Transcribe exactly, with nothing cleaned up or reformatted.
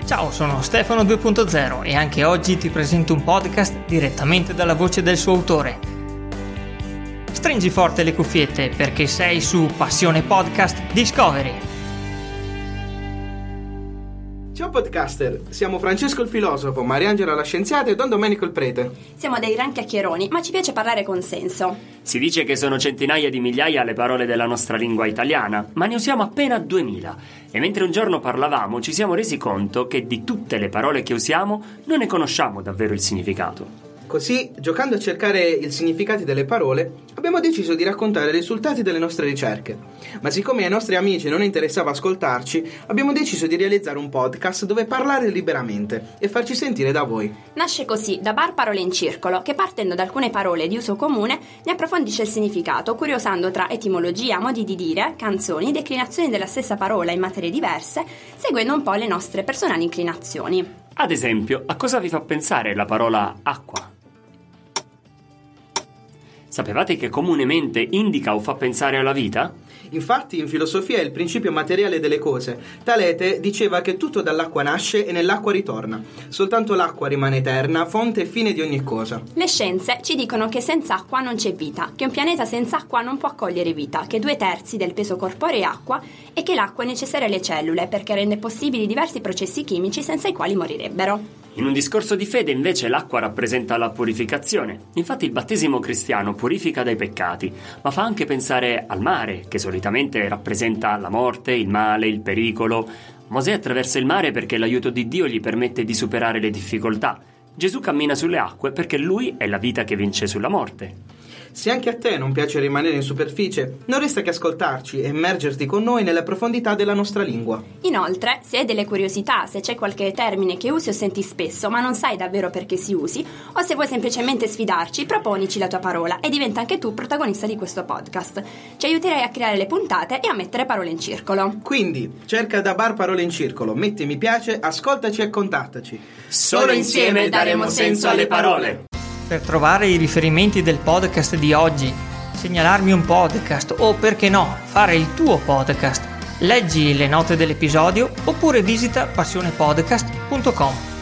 Ciao, sono Stefano due punto zero e anche oggi ti presento un podcast direttamente dalla voce del suo autore. Stringi forte le cuffiette perché sei su Passione Podcast Discovery. Ciao podcaster, siamo Francesco il filosofo, Mariangela la scienziata e Don Domenico il prete. Siamo dei gran chiacchieroni, ma ci piace parlare con senso. Si dice che sono centinaia di migliaia le parole della nostra lingua italiana, ma ne usiamo appena duemila. E mentre un giorno parlavamo ci siamo resi conto che di tutte le parole che usiamo non ne conosciamo davvero il significato. Così, giocando a cercare i significati delle parole, abbiamo deciso di raccontare i risultati delle nostre ricerche. Ma siccome ai nostri amici non interessava ascoltarci, abbiamo deciso di realizzare un podcast dove parlare liberamente e farci sentire da voi. Nasce così da Bar Parole in Circolo, che partendo da alcune parole di uso comune ne approfondisce il significato, curiosando tra etimologia, modi di dire, canzoni, declinazioni della stessa parola in materie diverse, seguendo un po' le nostre personali inclinazioni. Ad esempio, a cosa vi fa pensare la parola acqua? Sapevate che comunemente indica o fa pensare alla vita? Infatti, in filosofia è il principio materiale delle cose. Talete diceva che tutto dall'acqua nasce e nell'acqua ritorna. Soltanto l'acqua rimane eterna, fonte e fine di ogni cosa. Le scienze ci dicono che senza acqua non c'è vita, che un pianeta senza acqua non può accogliere vita, che due terzi del peso corporeo è acqua e che l'acqua è necessaria alle cellule perché rende possibili diversi processi chimici senza i quali morirebbero. In un discorso di fede invece l'acqua rappresenta la purificazione. Infatti il battesimo cristiano purifica dai peccati, ma fa anche pensare al mare, che solitamente rappresenta la morte, il male, il pericolo. Mosè attraversa il mare perché l'aiuto di Dio gli permette di superare le difficoltà. Gesù cammina sulle acque perché lui è la vita che vince sulla morte. Se anche a te non piace rimanere in superficie, non resta che ascoltarci e immergerti con noi nelle profondità della nostra lingua. Inoltre, se hai delle curiosità, se c'è qualche termine che usi o senti spesso ma non sai davvero perché si usi, o se vuoi semplicemente sfidarci, proponici la tua parola e diventa anche tu protagonista di questo podcast. Ci aiuterai a creare le puntate e a mettere parole in circolo. Quindi, cerca da Bar Parole in Circolo, metti mi piace, ascoltaci e contattaci. Solo insieme daremo senso alle parole. Per trovare i riferimenti del podcast di oggi, segnalarmi un podcast o, perché no, fare il tuo podcast, leggi le note dell'episodio oppure visita passionepodcast punto com.